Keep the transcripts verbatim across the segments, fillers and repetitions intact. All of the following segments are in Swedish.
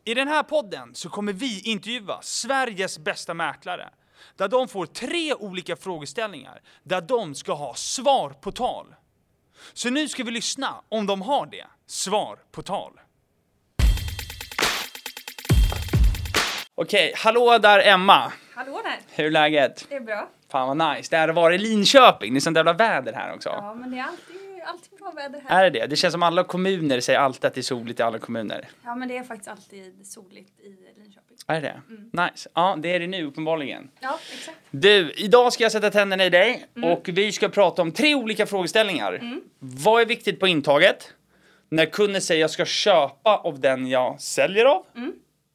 I den här podden så kommer vi intervjua Sveriges bästa mäklare. Där de får tre olika frågeställningar. Där de ska ha svar på tal. Så nu ska vi lyssna om de har det. Svar på tal. Okej, hallå där Emma. Hallå där. Hur är läget? Det är bra. Fan vad nice. Det här har varit Linköping. Det är sånt jävla väder här också. Ja, men det är alltid, alltid bra väder här. Är det det? Det känns som alla kommuner säger alltid att det är soligt i alla kommuner. Ja, men det är faktiskt alltid soligt i Linköping. Är det? Mm. Nice. Ja, det är det nu uppenbarligen. Ja, exakt. Du, idag ska jag sätta tänderna i dig. Mm. Och vi ska prata om tre olika frågeställningar. Mm. Vad är viktigt på intaget? När kunden säger jag ska köpa av den jag säljer av? Mm.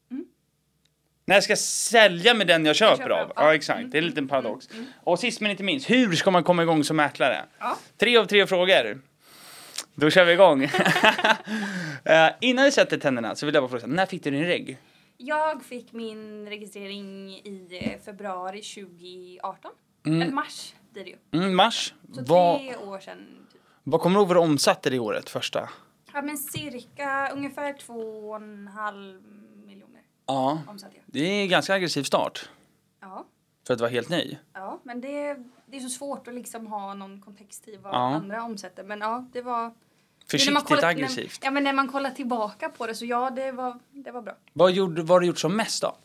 När jag ska sälja med den jag köper, köper av. av. Ja, Ja. exakt. Det är en liten paradox. Mm. Mm. Och sist men inte minst, hur ska man komma igång som mäklare? Ja. Tre av tre frågor. Då kör vi igång. uh, innan vi sätter tänderna så vill jag bara fråga, när fick du din reg? Jag fick min registrering i februari tjugo arton. Mm. Eller mars blir det ju. Mm, mars. Så Vad, tre år sedan. Typ. vad kommer du ihåg vad du omsatte det året första? Ja, men cirka ungefär två och en halv miljoner Ja, omsatte jag. det är en ganska aggressiv start. Ja. För att vara helt ny. Ja, men det, det är så svårt att liksom ha någon kontext i vad Ja. andra omsätter. Men ja, det var... Försiktigt när man kollar, aggressivt. När, ja, men när man kollar tillbaka på det så ja, det var, det var bra. Vad, gjorde, vad har du gjort som mest då?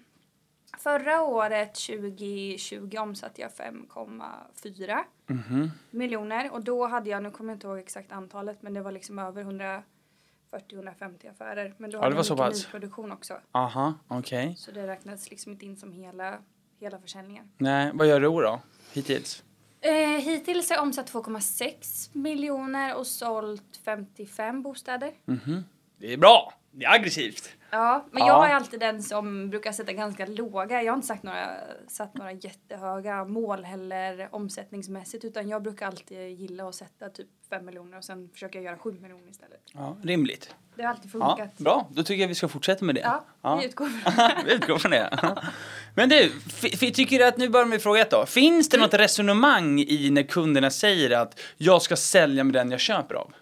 Förra året, tjugo tjugo, omsatte jag fem komma fyra Mhm. miljoner. Och då hade jag, nu kommer jag inte ihåg exakt antalet, men det var liksom över hundrafyrtio till hundrafemtio affärer. Men då Ja, hade det var jag så mycket pass. nyproduktion också. Aha, okej. Så det räknades liksom inte in som hela, hela försäljningen. Nej, vad gör du då? Hittills? Eh, hittills har jag omsatt två komma sex miljoner och sålt femtiofem bostäder. Mhm. Det är bra. Det är aggressivt. Ja, men Ja. jag är alltid den som brukar sätta ganska låga. Jag har inte sagt några, satt några jättehöga mål heller omsättningsmässigt. Utan jag brukar alltid gilla att sätta typ fem miljoner och sen försöka göra sju miljoner istället. Ja, rimligt. Det har alltid Ja, funkat. bra. Då tycker jag vi ska fortsätta med det. Ja, Ja. vi utgår från det. Vi utgår från det. Men du, f- f- tycker du att, nu börjar med fråga ett då. Finns det något resonemang i när kunderna säger att jag ska sälja med den jag köper av?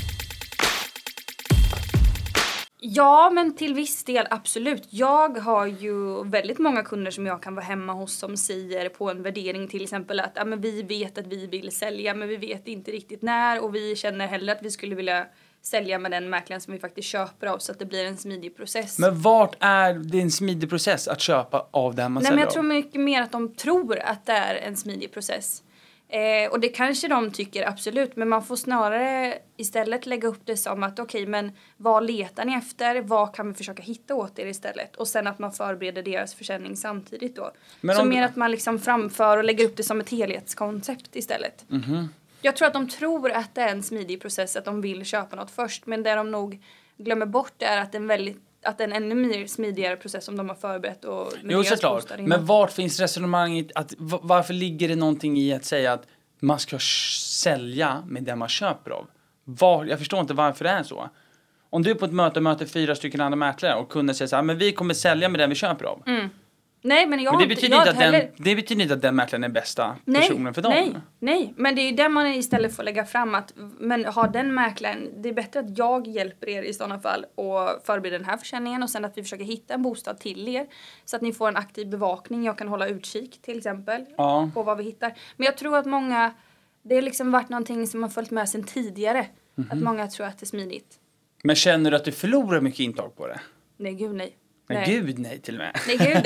Ja, men till viss del absolut. Jag har ju väldigt många kunder som jag kan vara hemma hos som säger på en värdering till exempel att ja, men vi vet att vi vill sälja men vi vet inte riktigt när och vi känner hellre att vi skulle vilja sälja med den mäklaren som vi faktiskt köper av så att det blir en smidig process. Men vart är det en smidig process att köpa av den man Nej, säljer men jag av? tror mycket mer att de tror att det är en smidig process. Eh, och det kanske de tycker absolut, men man får snarare istället lägga upp det som att okej, okay, men vad letar ni efter? Vad kan vi försöka hitta åt er istället? Och sen att man förbereder deras försäljning samtidigt då. Men Så om- mer att man liksom framför och lägger upp det som ett helhetskoncept istället. Mhm. Jag tror att de tror att det är en smidig process, att de vill köpa något först. Men det de nog glömmer bort är att det är en väldigt att det är en ännu mer smidigare process som de har förberett och med Jo, deras såklart. bostad innan. Men vart finns resonemanget att v- varför ligger det någonting i att säga att man ska sh- sälja med den man köper av? Var, jag förstår inte varför det är så. Om du är på ett möte möter fyra stycken andra mäklare och kunden säger så här, men vi kommer sälja med den vi köper av. Mm. Nej, men jag Men det har inte- betyder, jag inte har att inte den, heller... det betyder inte att den mäklaren är bästa Nej, personen för dem. nej, nej. Men det är ju det man istället får lägga fram att, men har den mäklaren, det är bättre att jag hjälper er i sådana fall och förbereder den här försäljningen och sen att vi försöker hitta en bostad till er så att ni får en aktiv bevakning. Jag kan hålla utkik till exempel Ja. på vad vi hittar. Men jag tror att många, det har liksom varit någonting som har följt med sen tidigare. Mhm. Att många tror att det är smidigt. Men känner du att du förlorar mycket intag på det? Nej, gud nej. Men Nej. gud nej till och med. Nej, gud.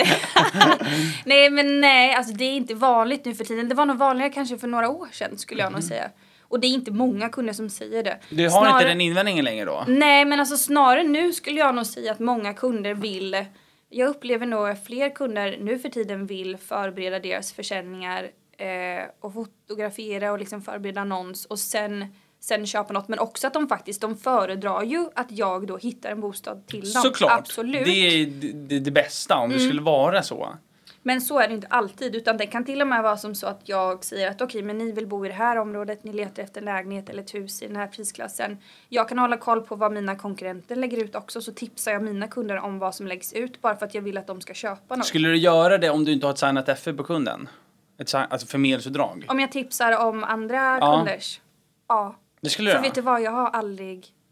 nej, men nej, alltså det är inte vanligt nu för tiden. Det var nog vanligare kanske för några år sedan skulle jag nog säga. Och det är inte många kunder som säger det. Du har Snarare- inte den invändningen längre då? Nej, men alltså snarare nu skulle jag nog säga att många kunder vill... Jag upplever nog att fler kunder nu för tiden vill förbereda deras försäljningar eh, och fotografera och liksom förbereda annons och sen... sen köpa något, men också att de faktiskt, de föredrar ju att jag då hittar en bostad till dem. Såklart. Absolut. Det är det, det, det bästa om det Mm. skulle vara så. Men så är det inte alltid, utan det kan till och med vara som så att jag säger att okej, men ni vill bo i det här området, ni letar efter en lägenhet eller ett hus i den här prisklassen. Jag kan hålla koll på vad mina konkurrenter lägger ut också, så tipsar jag mina kunder om vad som läggs ut, bara för att jag vill att de ska köpa något. Skulle du göra det om du inte har ett signat F på kunden? Ett sign, alltså förmedlingsutdrag? Om jag tipsar om andra Ja. kunders? Ja. Det skulle För du vet du göra? vad, jag har aldrig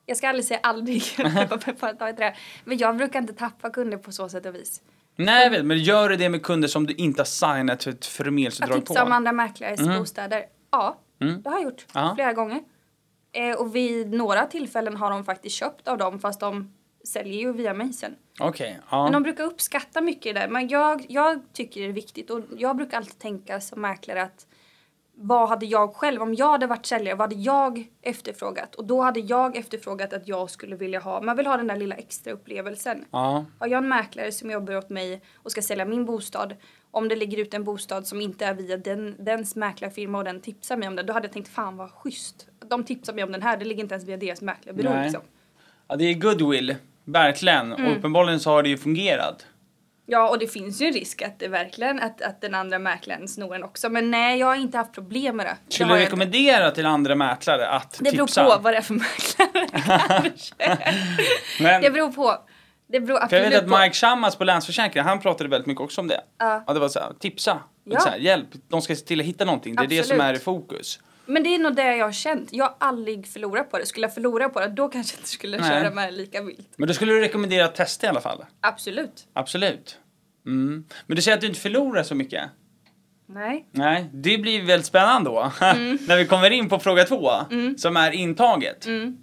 Jag ska aldrig säga aldrig. Men jag brukar inte tappa kunder på så sätt och vis. Nej, jag vet, men gör du det med kunder som du inte har signat ett förmedlingsutdrag på? Att tipsa om andra mäklares mm. bostäder. Ja, mm. det har jag gjort Aha. flera gånger. Eh, och vid några tillfällen har de faktiskt köpt av dem, fast de säljer ju via mig sen. Okej. Okay, ja. Men de brukar uppskatta mycket där. Men jag, jag tycker det är viktigt. Och jag brukar alltid tänka som mäklare att vad hade jag själv, om jag hade varit säljare, vad hade jag efterfrågat? Och då hade jag efterfrågat att jag skulle vilja ha, man vill ha den där lilla extra upplevelsen. Ja. Har jag en mäklare som jobbar åt mig och ska sälja min bostad, om det ligger ut en bostad som inte är via den, dens mäklarfirma och den tipsar mig om det, då hade jag tänkt, fan vad schysst. De tipsar mig om den här, det ligger inte ens via deras mäklarbyrå liksom. Ja, det är goodwill, verkligen. Mm. Och uppenbarligen så har det ju fungerat. Ja, och det finns ju en risk att det verkligen, att, att den andra mäklaren snor den också. Men nej, jag har inte haft problem med det. Skulle du rekommendera inte. till andra mäklare att det tipsa? Det beror på vad det är för mäklare, Men, det beror på. Det beror absolut för jag vet att på. Mike Shammas på Länsförsäkring, han pratade väldigt mycket också om det. Ja. Ja, det var så här, tipsa. Ja. Så här, hjälp, de ska se till att hitta någonting. Det är absolut. Det som är i fokus. Men det är nog det jag har känt. Jag har aldrig förlorat på det. Skulle jag förlora på det, då kanske jag inte skulle Nej. köra med lika vilt. Men då skulle du rekommendera att testa i alla fall? Absolut. Absolut. Mm. Men du säger att du inte förlorar så mycket? Nej. Nej, det blir väldigt spännande då. Mm. När vi kommer in på fråga två, mm. som är intaget. Mm.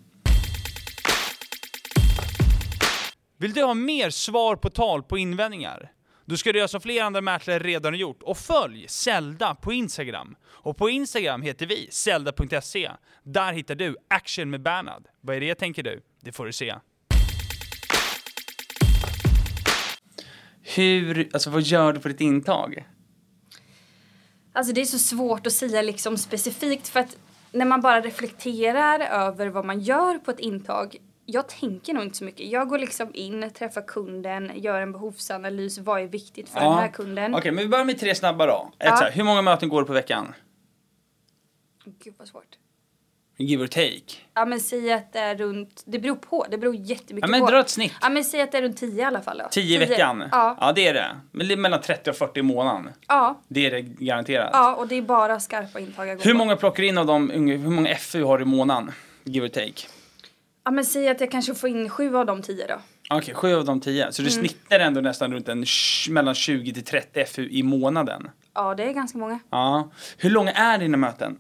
Vill du ha mer svar på tal på invändningar? Då ska du göra som flera andra mäklare redan har gjort. Och följ Zelda på Instagram. Och på Instagram heter vi zelda punkt se. Där hittar du action med Bernhard. Vad är det, tänker du? Det får du se. Hur, alltså vad gör du på ditt intag? Alltså det är så svårt att säga liksom specifikt, för att när man bara reflekterar över vad man gör på ett intag, jag tänker nog inte så mycket. Jag går liksom in, träffar kunden, gör en behovsanalys, vad är viktigt för ja. den här kunden. Okej, okay, men vi börjar med tre snabba då. Ett, ja. så här, hur många möten går du på veckan? Gud vad svårt. Give or take. Ja, men säg att det är runt, det beror på, det beror jättemycket ja, men på. dra ett snitt. Ja, men säg att det är runt tio i alla fall då. tio i veckan? Ja. Ja, det är det. Men det är mellan trettio och fyrtio i månaden. Ja. Det är det garanterat. Ja, och det är bara skarpa intag jag går Hur på. många plockar in av dem, hur många F U har du i månaden? Give or take. Ja, men säg att jag kanske får in sju av de tio då. Okej, okay, sju av de tio. Så du mm. snittar ändå nästan runt en sh- mellan tjugo till trettio F U i månaden? Ja, det är ganska många. Ja. Hur långa är dina möten?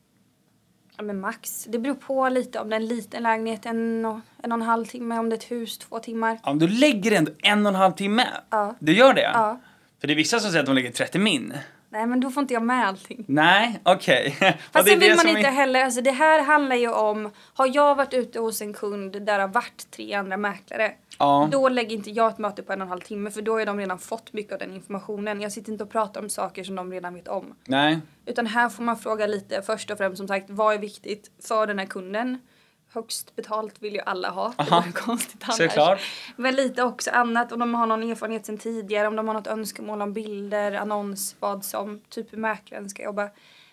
Ja, men max. Det beror på lite om det är en liten lägenhet, en och en, och en halv timme. Om det är ett hus, två timmar. Ja, men du lägger ändå en och en halv timme? Ja. Du gör det? Ja. För det är vissa som säger att de lägger trettio min. Nej, men då får inte jag med allting. Nej, okej. Okay. Fast det vill man inte är... heller. Alltså, det här handlar ju om, har jag varit ute hos en kund där det har varit tre andra mäklare. Ja. Då lägger inte jag ett möte på en och en halv timme. För då har de redan fått mycket av den informationen. Jag sitter inte och pratar om saker som de redan vet om. Nej. Utan här får man fråga lite först och främst, som sagt, vad är viktigt för den här kunden? Högst betalt vill ju alla ha. Det vore konstigt annars. Såklart. Men lite också annat. Om de har någon erfarenhet sedan tidigare. Om de har något önskemål om bilder, annons, vad som typ hur mäklaren ska jobba.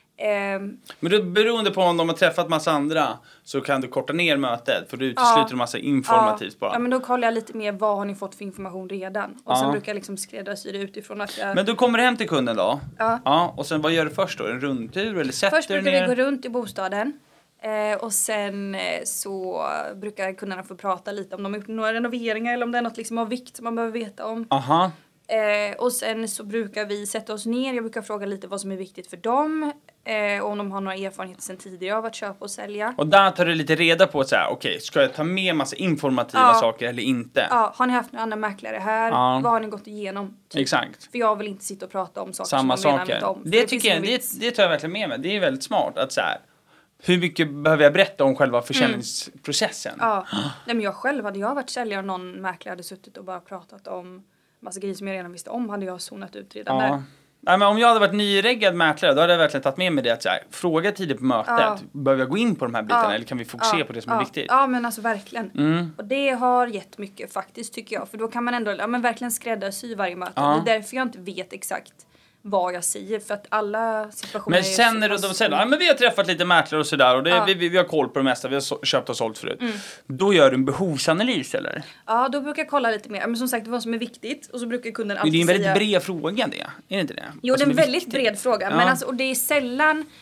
Um, Men då, beroende på om de har träffat massa andra, så kan du korta ner mötet. För du utesluter ja, en massa informativt ja, bara. Ja, men då kollar jag lite mer, vad har ni fått för information redan. Och ja. sen brukar jag liksom skräddarsy det utifrån att jag... Men du kommer hem till kunden då? Ja. Ja. Och sen vad gör du först då? En rundtur eller sätter först brukar ner? vi gå runt i bostaden. Eh, och sen eh, så brukar kunderna få prata lite om de har gjort några renoveringar eller om det är något liksom av vikt som man behöver veta om. Aha. Eh, och sen så brukar vi sätta oss ner. Jag brukar fråga lite vad som är viktigt för dem. Eh, och om de har några erfarenheter sedan tidigare av att köpa och sälja. Och där tar du lite reda på så här, okej, okay, ska jag ta med massa informativa ja. saker eller inte? Ja, har ni haft några andra mäklare här? Ja. Vad har ni gått igenom? Typ. Exakt. För jag vill inte sitta och prata om saker Samma som de saker. redan vet om. Det, det tycker jag, det, det tar jag verkligen med mig. Det är väldigt smart att så här, hur mycket behöver jag berätta om själva försäljningsprocessen? Mm. Ja, nej, men jag själv, hade jag varit säljare och någon mäklare hade suttit och bara pratat om massa grejer som jag redan visste om, hade jag zonat ut redan ja. där. Nej, men om jag hade varit nyreggad mäklare, då hade jag verkligen tagit med mig det att så här, fråga tidigt på mötet, ja. behöver jag gå in på de här bitarna ja. eller kan vi fokusera ja. på det som ja. är viktigt? Ja, men alltså verkligen. Mm. Och det har gett mycket faktiskt, tycker jag. För då kan man ändå ja, men verkligen skräddarsy varje möte. Ja. Det är därför jag inte vet exakt vad jag säger, för att alla situationer men sen när de säger, ja, men vi har träffat lite mäklare och sådär och det, ja. vi, vi, vi har koll på det mesta, vi har så, köpt och sålt förut. Mm. Då gör du en behovsanalys, eller? Ja, då brukar jag kolla lite mer, men som sagt, vad som är viktigt, och så brukar kunden alltid säga... Det är en väldigt säga... bred fråga det, är det inte det? Jo, det är en väldigt viktigt? bred fråga, ja. men alltså, och det är sällan...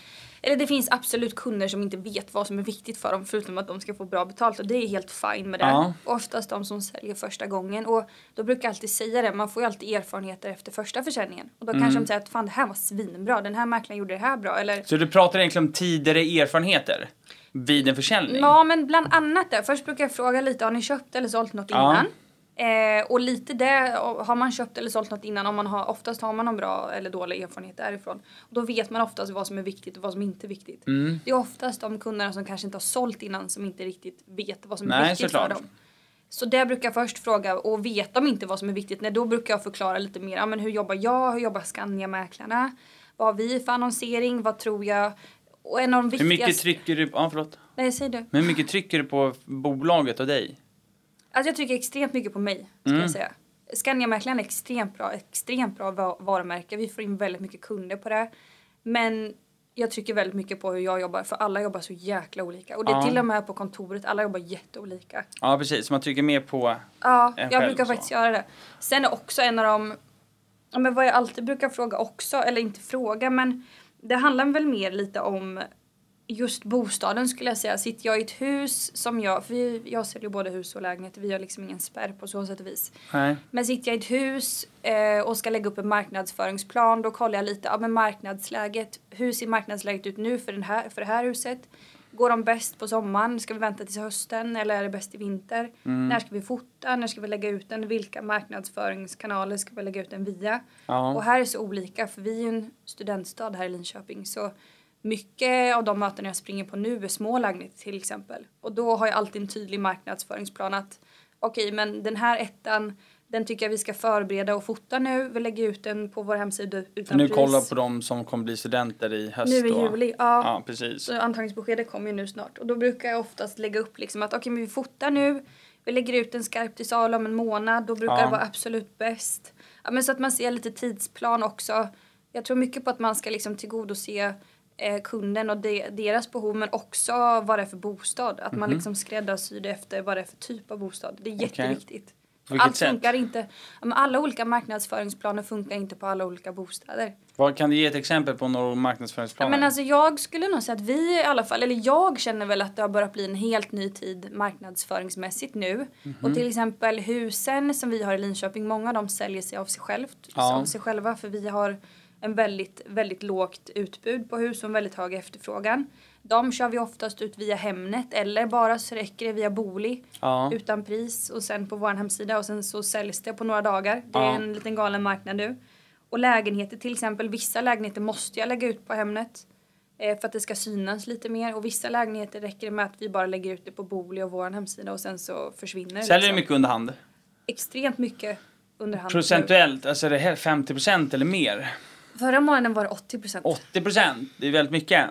Eller det finns absolut kunder som inte vet vad som är viktigt för dem förutom att de ska få bra betalt och det är helt fine med det. Ja. Oftast de som säljer första gången och då brukar jag alltid säga det, man får ju alltid erfarenheter efter första försäljningen. Och då Mm. kanske de säger att fan det här var svinbra, den här mäklaren gjorde det här bra eller... Så du pratar egentligen om tidigare erfarenheter vid en försäljning? Ja men bland annat det. Först brukar jag fråga lite, har ni köpt eller sålt något Ja. innan? Eh, och lite det, har man köpt eller sålt något innan, om man har, oftast har man någon bra eller dålig erfarenhet därifrån. Och då vet man oftast vad som är viktigt och vad som inte är viktigt. Mm. Det är oftast de kunderna som kanske inte har sålt innan som inte riktigt vet vad som är Nej, viktigt såklart. för dem. Så det brukar jag först fråga, och vet de inte vad som är viktigt, nej, då brukar jag förklara lite mer. Ja, men hur jobbar jag? Hur jobbar Skandia-mäklarna? Vad har vi för annonsering? Vad tror jag? Och en av de Hur viktigaste... mycket trycker du... Ja, förlåt. Nej, säg du. Men hur mycket trycker du på bolaget och dig? Alltså jag trycker extremt mycket på mig, ska Mm. jag säga. Skandia-mäklaren är extremt bra, extremt bra va- varumärke. Vi får in väldigt mycket kunder på det. Men jag trycker väldigt mycket på hur jag jobbar, för alla jobbar så jäkla olika. Och det är Ja. till och med på kontoret, alla jobbar jätteolika. Ja, precis. Så man trycker mer på... Ja, En jag själv brukar så. faktiskt göra det. Sen är också en av de, ja, men vad jag alltid brukar fråga också, eller inte fråga, men det handlar väl mer lite om just bostaden skulle jag säga. Sitter jag i ett hus som jag, för vi, jag säljer både hus och lägenheter, vi har liksom ingen spärr på så sätt och vis. Nej. Men sitter jag i ett hus eh, och ska lägga upp en marknadsföringsplan, då kollar jag lite, ja men marknadsläget, hur ser marknadsläget ut nu för, den här, för det här huset? Går de bäst på sommaren? Ska vi vänta till hösten eller är det bäst i vinter? Mm. När ska vi fota? När ska vi lägga ut den? Vilka marknadsföringskanaler ska vi lägga ut den via? Ja. Och här är så olika, för vi är ju en studentstad här i Linköping, så mycket av de möten jag springer på nu är små lägenheter till exempel. Och då har jag alltid en tydlig marknadsföringsplan att okej, okay, men den här ettan, den tycker jag vi ska förbereda och fota nu. Vi lägger ut den på vår hemsida utan För nu pris. kollar på de som kommer bli studenter i höst Nu i då. juli, ja. Ja, precis. Så antagningsbeskedet kommer ju nu snart. Och då brukar jag oftast lägga upp liksom att okej, okay, men vi fotar nu. Vi lägger ut den skarpt till salu om en månad. Då brukar Ja. det vara absolut bäst. Ja, men så att man ser lite tidsplan också. Jag tror mycket på att man ska liksom tillgodose eh, kunden och de, deras behov. Men också vad det är för bostad. Att man Mhm. liksom skräddarsyr det efter vad det är för typ av bostad. Det är jätteviktigt. På vilket Allt sätt? funkar inte. Ja, men alla olika marknadsföringsplaner funkar inte på alla olika bostäder. Vad, kan du ge ett exempel på några Ja, marknadsföringsplaner? men alltså jag skulle nog säga att vi i alla fall, eller jag känner väl att det har börjat bli en helt ny tid marknadsföringsmässigt nu. Mhm. Och till exempel husen som vi har i Linköping, många av dem säljer sig av sig självt, Ja. av sig själva, för vi har en väldigt, väldigt lågt utbud på hus och en väldigt hög efterfrågan. De kör vi oftast ut via Hemnet eller bara så räcker det via Booli Ja. utan pris och sen på vår hemsida och sen så säljs det på några dagar. Det är Ja. en liten galen marknad nu. Och lägenheter till exempel, vissa lägenheter måste jag lägga ut på Hemnet eh, för att det ska synas lite mer. Och vissa lägenheter räcker det med att vi bara lägger ut det på Booli och vår hemsida och sen så försvinner det. Säljer du liksom. mycket under hand? Extremt mycket under hand. Procentuellt, alltså är det här femtio procent eller mer? Förra månaden var det åttio procent. åttio procent, det är väldigt mycket.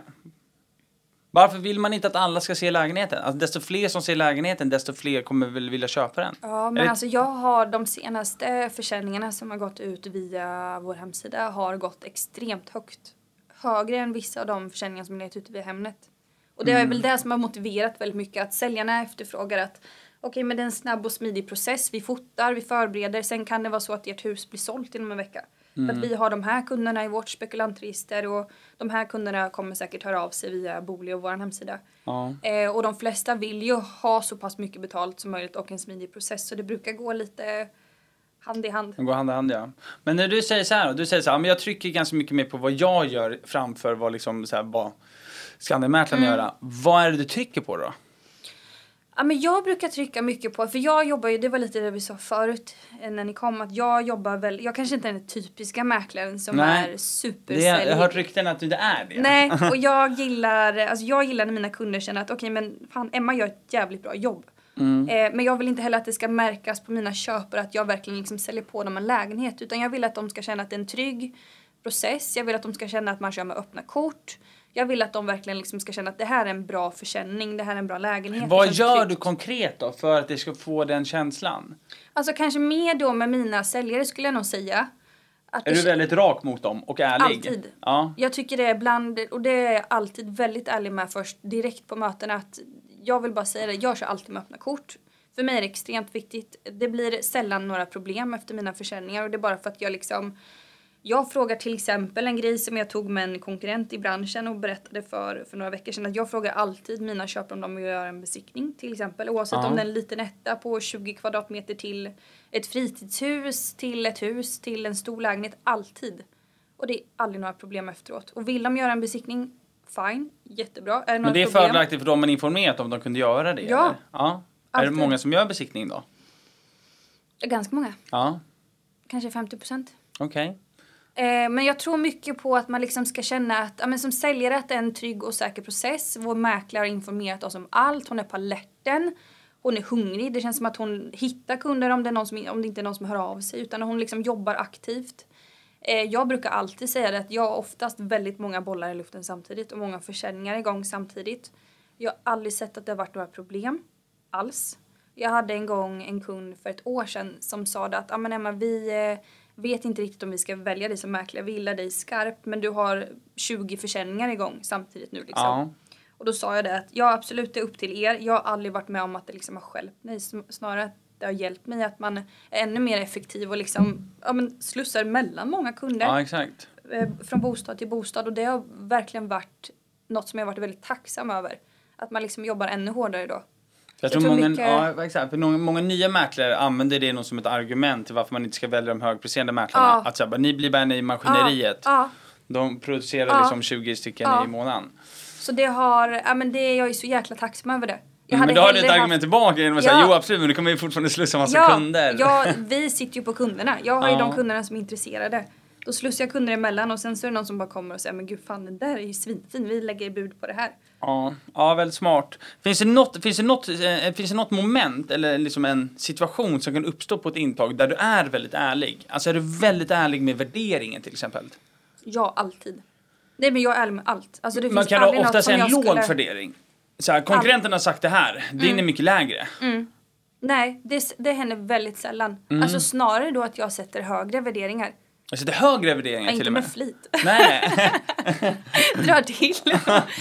Varför vill man inte att alla ska se lägenheten? Alltså, desto fler som ser lägenheten, desto fler kommer väl vilja köpa den. Ja, Är men det- alltså jag har de senaste försäljningarna som har gått ut via vår hemsida har gått extremt högt. Högre än vissa av de försäljningar som är ute via Hemnet. Och det är väl det som har motiverat väldigt mycket att säljarna efterfrågar att okej, okay, men det är en snabb och smidig process. Vi fotar, vi förbereder. Sen kan det vara så att ert hus blir sålt inom en vecka. För att vi har de här kunderna i vårt spekulantregister och de här kunderna kommer säkert höra av sig via Booli och vår hemsida. Ja. Eh, och de flesta vill ju ha så pass mycket betalt som möjligt och en smidig process. Så det brukar gå lite hand i hand. De går hand i hand, ja. Men när du säger så här, du säger så här, men jag trycker ganska mycket mer på vad jag gör framför vad liksom så här, vad Skandia-mäklaren Mm. göra. Vad är det du trycker på då? Ja, men jag brukar trycka mycket på, för jag jobbar ju, det var lite det vi sa förut eh, när ni kom, att jag jobbar väl, jag kanske inte är den typiska mäklaren som Nej. är Det supersälj. är, jag har hört rykten att du inte är det. Nej, och jag gillar, alltså jag gillar när mina kunder känner att okej, okay, men fan, Emma gör ett jävligt bra jobb. Mm. Eh, men jag vill inte heller att det ska märkas på mina köpare att jag verkligen liksom säljer på dem en lägenhet, utan jag vill att de ska känna att det är en trygg process. Jag vill att de ska känna att man kör med öppna kort. Jag vill att de verkligen liksom ska känna att det här är en bra försäljning, det här är en bra lägenhet. Vad Det känns gör tryggt. du konkret då för att det ska få den känslan? Alltså kanske mer då med mina säljare skulle jag nog säga. Att Är det du väldigt rak mot dem och ärlig? Alltid. Ja. Jag tycker det är bland, och det är jag alltid väldigt ärlig med först direkt på mötena, att jag vill bara säga det, jag kör alltid med öppna kort. För mig är det extremt viktigt. Det blir sällan några problem efter mina försäljningar och det är bara för att jag liksom Jag frågar till exempel en grej som jag tog med en konkurrent i branschen och berättade för, för några veckor sedan. Att jag frågar alltid mina köpare om de vill göra en besiktning till exempel. Oavsett Ja. om det är en liten etta på tjugo kvadratmeter till ett fritidshus, till ett hus, till en stor lägenhet. Alltid. Och det är aldrig några problem efteråt. Och vill de göra en besiktning, fine, jättebra. Är det Men det är problem? fördelaktigt för dem man informerat om de kunde göra det? Ja. Eller? Ja. Är det Alltid. många som gör besiktning då? Ganska många. Ja, Kanske femtio procent. okej. Eh, men jag tror mycket på att man liksom ska känna att, ja, men som säljare, att det är en trygg och säker process. Vår mäklare har informerat oss om allt. Hon är på alerten. Hon är hungrig. Det känns som att hon hittar kunder om det, är någon som, om det inte är någon som hör av sig. Utan hon liksom jobbar aktivt. Eh, jag brukar alltid säga det att jag har oftast väldigt många bollar i luften samtidigt. Och många försäljningar igång samtidigt. Jag har aldrig sett att det har varit några problem. Alls. Jag hade en gång en kund för ett år sedan som sa att ah, men Emma, vi eh, vet inte riktigt om vi ska välja dig som mäklare. Vi gillar dig skarpt, men du har tjugo försäljningar igång samtidigt nu. Liksom. Ja. Och då sa jag det att ja, absolut, det är upp till er. Jag har aldrig varit med om att det liksom har stjälpt mig. Snarare att det har hjälpt mig att man är ännu mer effektiv och liksom, ja, men slussar mellan många kunder. Ja, exakt. Eh, från bostad till bostad. Och det har verkligen varit något som jag har varit väldigt tacksam över. Att man liksom jobbar ännu hårdare då. Jag, Jag tror, tror många, mycket- ja, exakt. För många, många nya mäklare använder det nog som ett argument till varför man inte ska välja de högpresterande mäklarna. Ja. Att så här, bara, ni blir bara i maskineriet. Ja, De producerar Ja. liksom tjugo stycken Ja. i månaden. så det har, ja men det, jag är så jäkla tacksam över det. Jag Men då har du ett hellre argument haft- tillbaka genom att säga, Ja. jo absolut, men du kommer ju fortfarande slussa massa ja, kunder. Ja, vi sitter ju på kunderna. Jag har ju Ja. de kunderna som är intresserade. Då slussar jag kunder emellan och sen så är det någon som bara kommer och säger men gud fan, den där är ju svinfin, vi lägger bud på det här. Ja, ja, väldigt smart. Finns det något, finns det något, eh, finns det något moment eller liksom en situation som kan uppstå på ett intag där du är väldigt ärlig? Alltså är du väldigt ärlig med värderingen till exempel? Ja, alltid. Nej men jag är ärlig med allt. Alltså, det Man finns kan aldrig ha något oftast som en jag låg skulle- värdering. Så här, konkurrenten har sagt det här, din är mycket lägre. Mm. Nej, det, det händer väldigt sällan. Mm. Alltså snarare då att jag sätter högre värderingar. Alltså det är högre värderingar Ja, till inte och med med. flit. Nej. Drar till.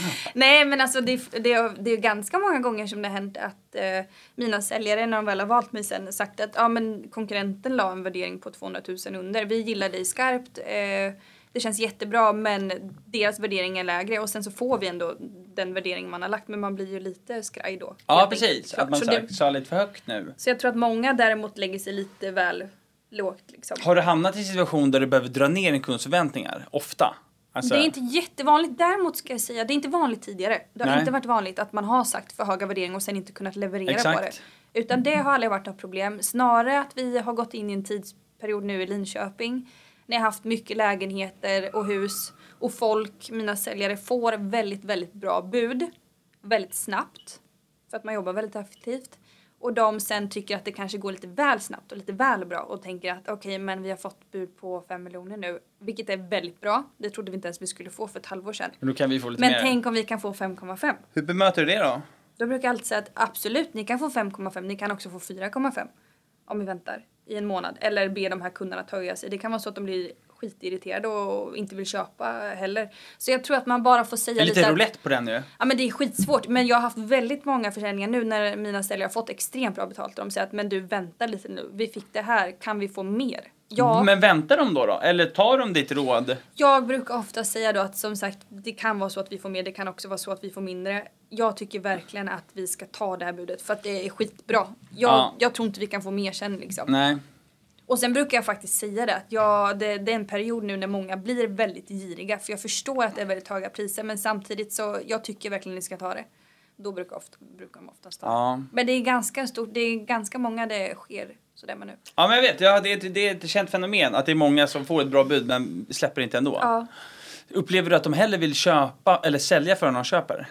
Nej men alltså det, det, det är ganska många gånger som det har hänt att eh, mina säljare när de väl har valt mig sen sagt att ja, men konkurrenten la en värdering på tvåhundratusen under. Vi gillar dig skarpt. Eh, det känns jättebra men deras värdering är lägre och sen så får vi ändå den värdering man har lagt men man blir ju lite skraj då. Ja, helt precis. enkelt. Att man så, sa, det, sa lite för högt nu. så jag tror att många däremot lägger sig lite väl lågt liksom. Har du hamnat i en situation där du behöver dra ner en kunds förväntningar? Ofta. Alltså, Det är inte jättevanligt, däremot ska jag säga, det är inte vanligt tidigare. Det har Nej. inte varit vanligt att man har sagt för höga värderingar och sen inte kunnat leverera Exakt. på det. Utan det har aldrig varit något problem. Snarare att vi har gått in i en tidsperiod nu i Linköping. När jag har haft mycket lägenheter och hus. Och folk, mina säljare, får väldigt, väldigt bra bud. Väldigt snabbt. För att man jobbar väldigt effektivt. Och de sen tycker att det kanske går lite väl snabbt och lite väl bra. Och tänker att okej, okay, men vi har fått bud på fem miljoner nu. Vilket är väldigt bra. Det trodde vi inte ens vi skulle få för ett halvår sedan. Men då kan vi få lite Men mer. tänk om vi kan få fem komma fem. Hur bemöter du det då? Då brukar jag alltid säga att absolut, ni kan få fem komma fem. Ni kan också få fyra komma fem. Om vi väntar i en månad. Eller be de här kunderna att höja sig. Det kan vara så att de blir skitirriterade och inte vill köpa heller. Så jag tror att man bara får säga Det är lite lite... roulette på den ju. Ja men det är skitsvårt. Men jag har haft väldigt många försäljningar nu när mina säljare har fått extremt bra betalt. De säger att men du vänta lite nu. Vi fick det här. Kan vi få mer? Ja. Men väntar de då då? Eller tar de ditt råd? Jag brukar ofta säga då att som sagt det kan vara så att vi får mer. Det kan också vara så att vi får mindre. Jag tycker verkligen att vi ska ta det här budet. För att det är skitbra. Jag, Ja. jag tror inte vi kan få mer sen liksom. Nej. Och sen brukar jag faktiskt säga det att jag, det, det är en period nu när många blir väldigt giriga. För jag förstår att det är väldigt höga priser. Men samtidigt så jag tycker verkligen att ni ska ta det. Då brukar, ofta, brukar de oftast ta det. Ja. Men det är ganska stort. Det är ganska många det sker sådär med nu. Ja, men jag vet. Ja, det, är ett, det är ett känt fenomen att det är många som får ett bra bud men släpper inte ändå. Ja. Upplever du att de hellre vill köpa eller sälja för någon köper?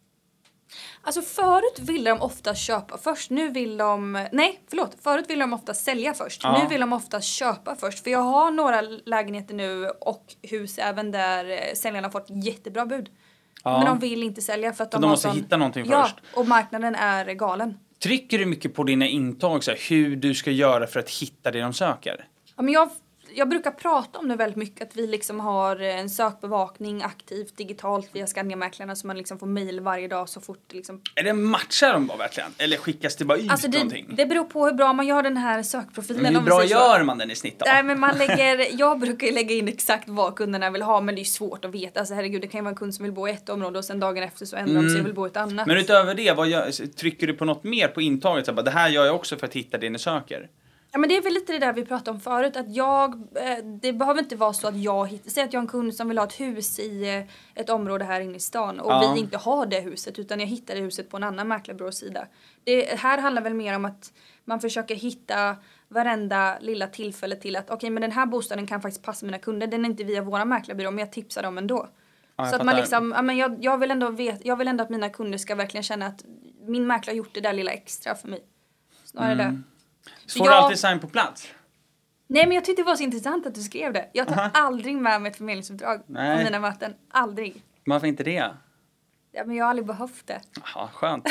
Alltså förut ville de ofta köpa först. Nu vill de... Nej, förlåt. Förut ville de ofta sälja först. Ja. Nu vill de ofta köpa först. För jag har några lägenheter nu och hus även där eh, säljarna har fått jättebra bud. Ja. Men de vill inte sälja för att de, de har måste sån... hitta någonting ja, först. och marknaden är galen. Trycker du mycket på dina intag så här, hur du ska göra för att hitta det de söker? Ja, men jag jag brukar prata om det väldigt mycket. Att vi liksom har en sökbevakning aktivt digitalt via Skandiamäklarna. Så man liksom får mejl varje dag så fort liksom. Är det matchar de bara verkligen? Eller skickas det bara ut alltså det, någonting? Det beror på hur bra man gör den här sökprofilen. Men hur bra gör man den i snitt då? Nej, men man lägger, jag brukar ju lägga in exakt vad kunderna vill ha. Men det är svårt att veta. Alltså herregud, det kan ju vara en kund som vill bo i ett område. Och sen dagen efter så ändrar mm. de sig och vill bo i ett annat. Men utöver det, vad gör, trycker du på något mer på intaget? Så bara, det här gör jag också för att hitta det ni söker. Ja, men det är väl lite det där vi pratade om förut. Att jag, det behöver inte vara så att jag hittar... Säg att jag har en kund som vill ha ett hus i ett område här inne i stan. Och ja. vi inte har det huset, utan jag hittar det huset på en annan mäklarbyrås sida. Det här handlar väl mer om att man försöker hitta varenda lilla tillfälle till att okej, okay, men den här bostaden kan faktiskt passa mina kunder. Den är inte via våra mäklarbyrå, men jag tipsar dem ändå. Ja, så att man liksom, ja, men jag, jag, vill ändå vet, jag vill ändå att mina kunder ska verkligen känna att min mäklare har gjort det där lilla extra för mig. Snarare mm. det. Så får jag, du alltid sign på plats? Nej, men jag tyckte det var så intressant att du skrev det. Jag tar uh-huh. aldrig med mig ett förmedlingsuppdrag på mina möten. Aldrig. Varför inte det? Ja, men jag har aldrig behövt det. Jaha, skönt.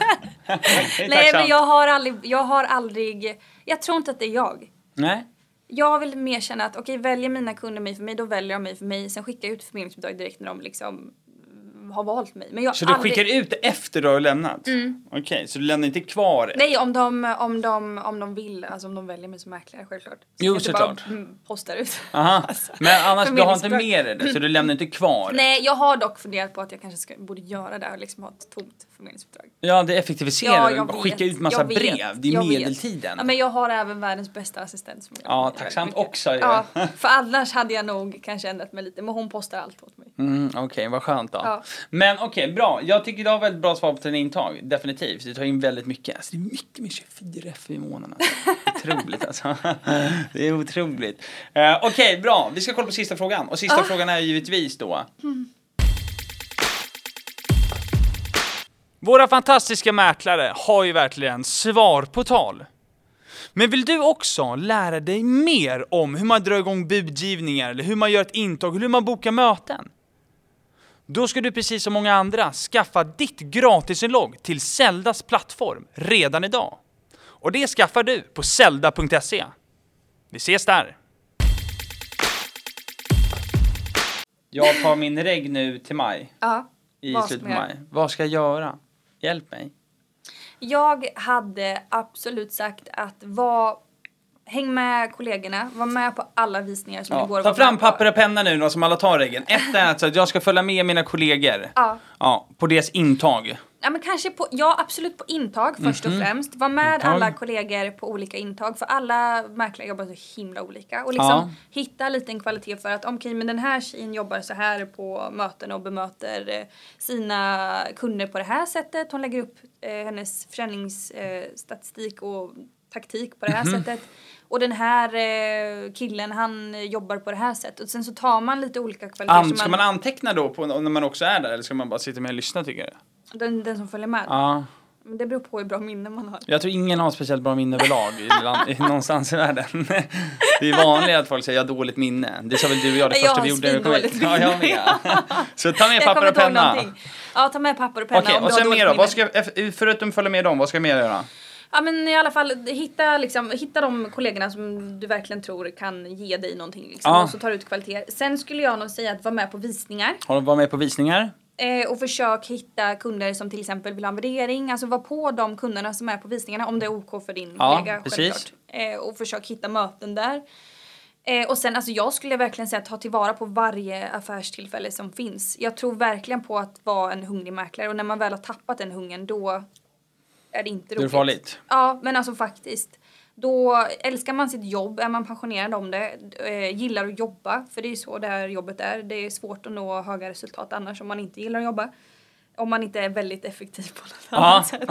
Nej, men jag har aldrig, jag har aldrig... Jag tror inte att det är jag. Nej. Jag vill mer känna att okej, okay, väljer mina kunder mig för mig, då väljer de mig för mig. Sen skickar jag ut förmedlingsuppdrag direkt när de liksom har valt mig. Men jag så du aldrig... skickar ut det efter du har lämnat? Mm. Okej, okay, så du lämnar inte kvar? Nej, om de, om de, om de vill. Alltså om de väljer mig som mäklare, självklart. Så jo, såklart. Bara postar ut. Aha. Alltså, men annars, du har inte mer det, så du lämnar inte kvar? Nej, jag har dock funderat på att jag kanske ska, borde göra det och liksom ha ett tomt förmedlingsuppdrag. Ja, det effektiviserar. Ja, skicka ut massa brev. Det är medeltiden. Ja, men jag har även världens bästa assistent. Som ja, tacksamt också. Ja. ja, för annars hade jag nog kanske ändrat mig lite. Men hon postar allt åt mig. Mm, okej, okay, vad skönt då. Ja. Men okej, okay, bra. Jag tycker det har väldigt bra svar på din intag. Definitivt. Du tar in väldigt mycket. Alltså, det är mycket med tjugofyra F i månaden. Alltså. Otroligt alltså. Det är otroligt. Uh, okej, okay, bra. Vi ska kolla på sista frågan. Och sista ah. frågan är givetvis då. Mm. Våra fantastiska mäklare har ju verkligen svar på tal. Men vill du också lära dig mer om hur man drar igång budgivningar eller hur man gör ett intag, hur man bokar möten? Då ska du precis som många andra skaffa ditt gratisinlogg till Zeldas plattform redan idag. Och det skaffar du på zelda punkt se. Vi ses där! Jag tar min regg nu till maj. Ja, i slutet på maj. Vad ska jag göra? Hjälp mig. Jag hade absolut sagt att var, häng med kollegorna, var med på alla visningar som ja, det går. Ta fram papper och penna nu då, som alla tar reggen. Ett är alltså att jag ska följa med mina kollegor ja. Ja, på deras intag. Ja, men kanske på, ja, absolut på intag först mm-hmm. och främst. Var med intag. Alla kollegor på olika intag. För alla mäklare jobbar så himla olika. Och liksom ja. hitta lite en kvalitet för att okej, okay, men den här tjejen jobbar så här på möten och bemöter sina kunder på det här sättet. Hon lägger upp eh, hennes försäljningsstatistik eh, och taktik på det här mm-hmm. sättet. Och den här eh, killen, han jobbar på det här sättet. Och sen så tar man lite olika kvaliteter. An- ska man... man anteckna då på, när man också är där? Eller ska man bara sitta med och lyssna, tycker du? Den, den som följer med? Ja. Men det beror på hur bra minne man har. Jag tror ingen har speciellt bra minne överlag i, land, i, någonstans i världen. Det är vanligt att folk säger jag har dåligt minne. Det sa väl du och jag det jag första vi gjorde. Minne. Ja, jag med. Så ta med papper och penna. Ja, ta med papper och penna. Okej, okay, och sen mer då. Vad ska, förutom följa med dem, vad ska jag mer göra? Ja, men i alla fall hitta, liksom, hitta de kollegorna som du verkligen tror kan ge dig någonting. Liksom, ja. Och så tar du ut kvaliteter. Sen skulle jag nog säga att vara med på visningar. Har du varit med på visningar? Eh, och försök hitta kunder som till exempel vill ha en värdering. Alltså var på de kunderna som är på visningarna. Om det är OK för din ja, kollega. Precis. Eh, och försök hitta möten där. Eh, och sen, alltså jag skulle verkligen säga att ta tillvara på varje affärstillfälle som finns. Jag tror verkligen på att vara en hungrig mäklare. Och när man väl har tappat den hungern, då är det inte roligt. Det är farligt. Ja, men alltså faktiskt. Då älskar man sitt jobb, är man passionerad om det, eh, gillar att jobba. För det är så det här jobbet är. Det är svårt att nå höga resultat annars om man inte gillar att jobba. Om man inte är väldigt effektiv på något annat sätt.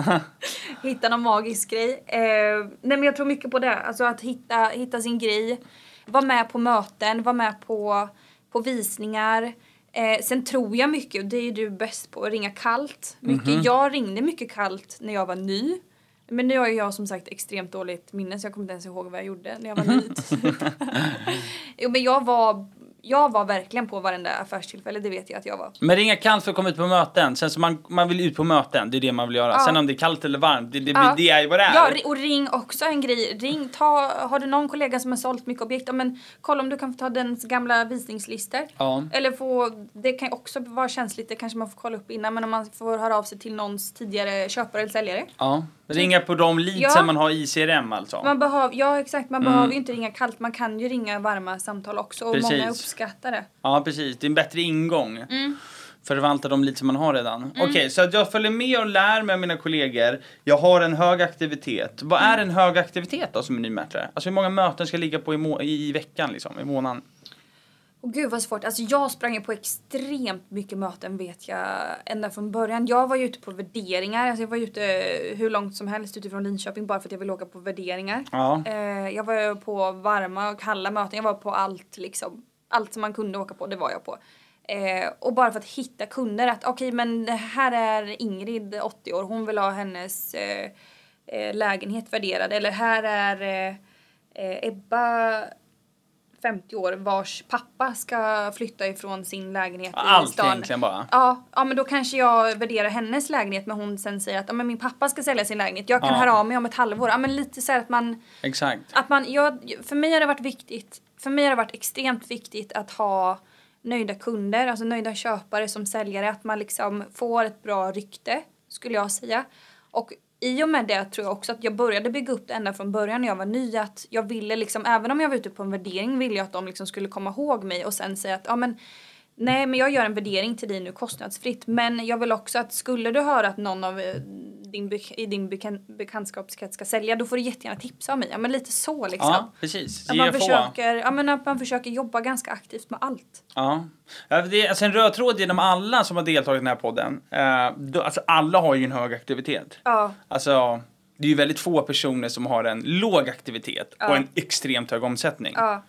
Hitta någon magisk grej. Eh, nej, men jag tror mycket på det. Alltså att hitta, hitta sin grej. Var med på möten, var med på, på visningar. Eh, sen tror jag mycket, och det är du bäst på, att ringa kallt. Mycket. Mm-hmm. Jag ringde mycket kallt när jag var ny. Men nu har jag som sagt extremt dåligt minne, så jag kommer inte ens ihåg vad jag gjorde när jag var ny. Jo, men jag var jag var verkligen på varenda affärstillfälle, det vet jag att jag var. Men ringa kallt för att komma ut på möten. Sen så man, man vill ut på möten, det är det man vill göra. Ja. Sen om det är kallt eller varmt, det, det, ja. det är vad det är. Ja, och ring också en grej. Ring, ta, har du någon kollega som har sålt mycket objekt? Ja, men kolla om du kan få ta dens gamla visningslistor. Ja. Eller få, det kan också vara känsligt, det kanske man får kolla upp innan. Men om man får höra av sig till någons tidigare köpare eller säljare. Ja, ringa på de leads ja. man har i C R M alltså. Man behöver, ja exakt, man mm. behöver ju inte ringa kallt. Man kan ju ringa varma samtal också. Och precis. Många uppskattar det. Ja, precis. Det är en bättre ingång. Mm. Förvalta de leads som man har redan. Mm. Okej, okay, så att jag följer med och lär mig av mina kollegor. Jag har en hög aktivitet. Vad är en hög aktivitet då som en ny mäklare? Alltså hur många möten ska jag ligga på i, må- i veckan liksom, i månaden? Och gud vad svårt. Alltså jag sprang på extremt mycket möten vet jag ända från början. Jag var ju ute på värderingar. Alltså jag var ute hur långt som helst utifrån Linköping bara för att jag ville åka på värderingar. Ja. Eh, jag var på varma och kalla möten. Jag var på allt liksom. Allt som man kunde åka på, det var jag på. Eh, och bara för att hitta kunder. Att okej, okay, men här är Ingrid, åttio år. Hon vill ha hennes eh, eh, lägenhet värderad. Eller här är eh, eh, Ebba... femtio år vars pappa ska flytta ifrån sin lägenhet allt i stan. Egentligen bara. Ja, ja, men då kanske jag värderar hennes lägenhet men hon sen säger att ja, men min pappa ska sälja sin lägenhet. Jag kan ja. höra av mig om ett halvår. Ja, men lite så här att man... Exakt. Att man, jag, för mig har det varit viktigt, för mig har det varit extremt viktigt att ha nöjda kunder, alltså nöjda köpare som säljare. Att man liksom får ett bra rykte, skulle jag säga. Och i och med det tror jag också att jag började bygga upp det ända från början när jag var ny. Att jag ville liksom, även om jag var ute på en värdering ville jag att de liksom skulle komma ihåg mig och sen säga att ja men nej men jag gör en värdering till dig nu kostnadsfritt. Men jag vill också att skulle du höra att någon av din, i din bekan, bekantskapskrets ska sälja, då får du jättegärna tipsa om mig. Ja men lite så liksom. Ja precis. Att man, försöker, ja, men att man försöker jobba ganska aktivt med allt. Ja. Ja, det är alltså en röd tråd genom alla som har deltagit i den här podden. Uh, då, alltså alla har ju en hög aktivitet. Ja. Alltså, det är ju väldigt få personer som har en låg aktivitet ja. och en extremt hög omsättning. Ja,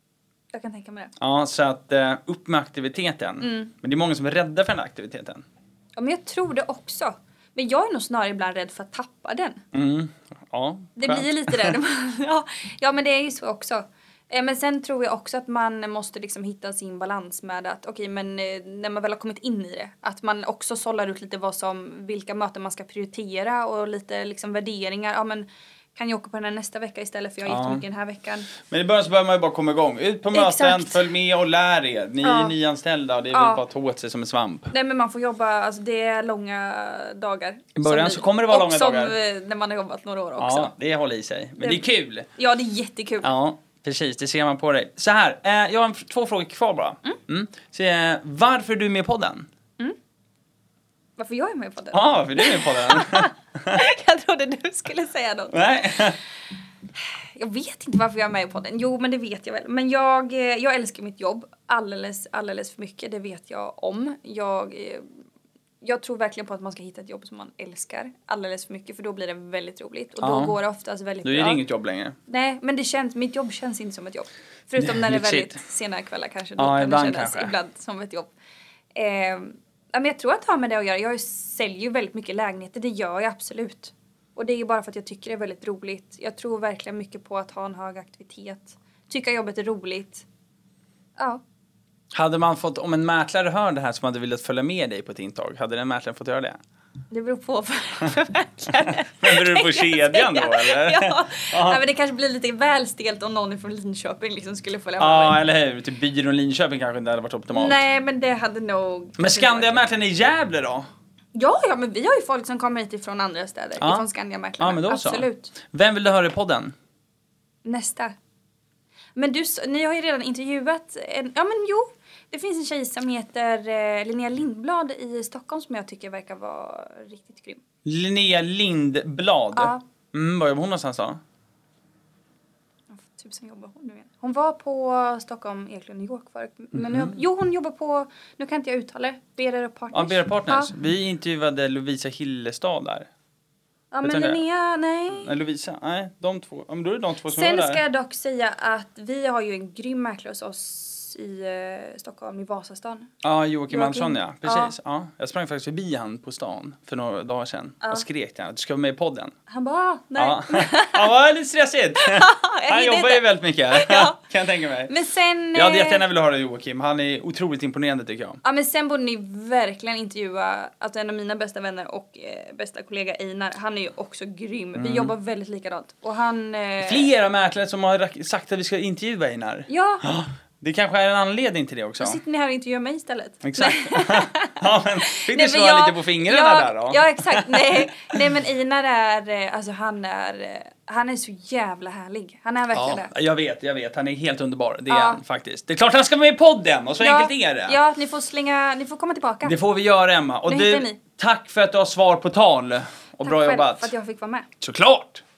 jag kan tänka mig det. Ja, så att uh, upp med aktiviteten. Mm. Men det är många som är rädda för den här aktiviteten. Ja, men jag tror det också. Men jag är nog snarare ibland rädd för att tappa den. Mm. Ja, det blir lite det. ja, ja, men det är ju så också. Men sen tror jag också att man måste liksom hitta sin balans med att okej, okay, men när man väl har kommit in i det, att man också sållar ut lite vad som, vilka möten man ska prioritera och lite liksom värderingar. Ja, men kan jag åka på den här nästa vecka istället för jag har ja. jättemycket den här veckan. Men i början så behöver man ju bara komma igång. Ut på Exakt. möten, följ med och lär er. Ni ja. är nyanställda och det är ja. väl bara att ta åt sig som en svamp. Nej men man får jobba, alltså det är långa dagar. I början så kommer det vara långa som, dagar. Och som när man har jobbat några år också. Ja, det håller i sig. Men det, det är kul. Ja, det är jättekul. Ja. Precis, det ser man på dig. Så här, eh, jag har två frågor kvar bara. Mm. Mm. Så, eh, varför är du med i podden? Mm. Varför jag är med i podden? Ja, varför är du med i podden? Jag trodde du skulle säga något. Nej. Jag vet inte varför jag är med i podden. Jo, men det vet jag väl. Men jag, jag älskar mitt jobb alldeles, alldeles för mycket. Det vet jag om. Jag... Jag tror verkligen på att man ska hitta ett jobb som man älskar alldeles för mycket, för då blir det väldigt roligt och ja. då går det oftast väldigt bra. Då är det inget jobb längre. Nej, men det känns, mitt jobb känns inte som ett jobb. Förutom när det är väldigt sena kvällar kanske. Då ja, kan ibland det kännas kanske. ibland som ett jobb. Eh, men jag tror att det har med det att göra. Jag säljer ju väldigt mycket lägenheter, det gör jag absolut. Och det är ju bara för att jag tycker det är väldigt roligt. Jag tror verkligen mycket på att ha en hög aktivitet. Tycka jobbet är roligt. Ja. Hade man fått, om en mäklare hör det här som hade velat följa med dig på ett intag, hade den mäklaren fått göra det? Det beror på för, för mäklare. Men beror du på kedjan då, eller? Ja, ja, men det kanske blir lite väl stelt om någon från Linköping liksom skulle följa med. Ja, eller hur? Typ byrån Linköping kanske inte hade varit optimalt. Nej, men det hade nog... Men Skandia-mäklaren i Gävle då? Ja, ja, men vi har ju folk som kommer hit ifrån andra städer. Ja. Ifrån Skandia-mäklarna. Ja, men då så. Absolut. Vem vill du höra i podden? Nästa. Men du, ni har ju redan intervjuat... En, ja, men jo. Det finns en tjej som heter eh, Linnea Lindblad i Stockholm som jag tycker verkar vara riktigt grym. Linnea Lindblad? Ja. Mm, var jobbar hon någonstans då? Tusen jobbar hon nu igen. Hon var på Stockholm, Eklund, New York förut. Men nu, jo, hon jobbar på, nu kan inte jag uttala det, B R Partners. Ja, B R Partners. Ja. Vi intervjuade Lovisa Hillestad där. Ja, men Linnea, nej. nej. Lovisa, nej, de två. Ja, men då är det de två som Sen var där. ska jag dock säga att vi har ju en grym mäklare hos oss oss i eh, Stockholm, i Vasastan. Ja, Joakim Andersson, ja. Precis. Ja. Ja. Jag sprang faktiskt förbi han på stan för några dagar sedan. Ja. Och skrek till honom att du ska vara med i podden. Han bara, nej. Ja. Han var lite stressigt. Han jobbar inte. ju väldigt mycket. Ja. Kan jag tänka mig. Men sen... Jag hade eh, jättegärna velat höra Joakim. Han är otroligt imponerande tycker jag. Ja, men sen borde ni verkligen intervjua alltså en av mina bästa vänner och eh, bästa kollega Einar. Han är ju också grym. Mm. Vi jobbar väldigt likadant. Och han... Eh, Flera mäklare som har sagt att vi ska intervjua Einar. Ja, Det kanske är en anledning till det också. då sitter ni här och intervjuar mig istället. Exakt. Ja, men fick Nej, du men slå jag- lite på fingrarna ja, där då? Ja, exakt. Nej, nej men Einar är, eh, alltså han är, eh, han är så jävla härlig. Han är verkligen Ja, det. jag vet, jag vet. Han är helt underbar. Det är Ja. han faktiskt. Det är klart han ska vara med i podden och så ja, enkelt är det. Ja, ni får slänga, ni får komma tillbaka. Det får vi göra, Emma. Och Nu du, hittar ni. tack för att du har svar på tal. Och Tack bra själv jobbat. för att jag fick vara med. Såklart!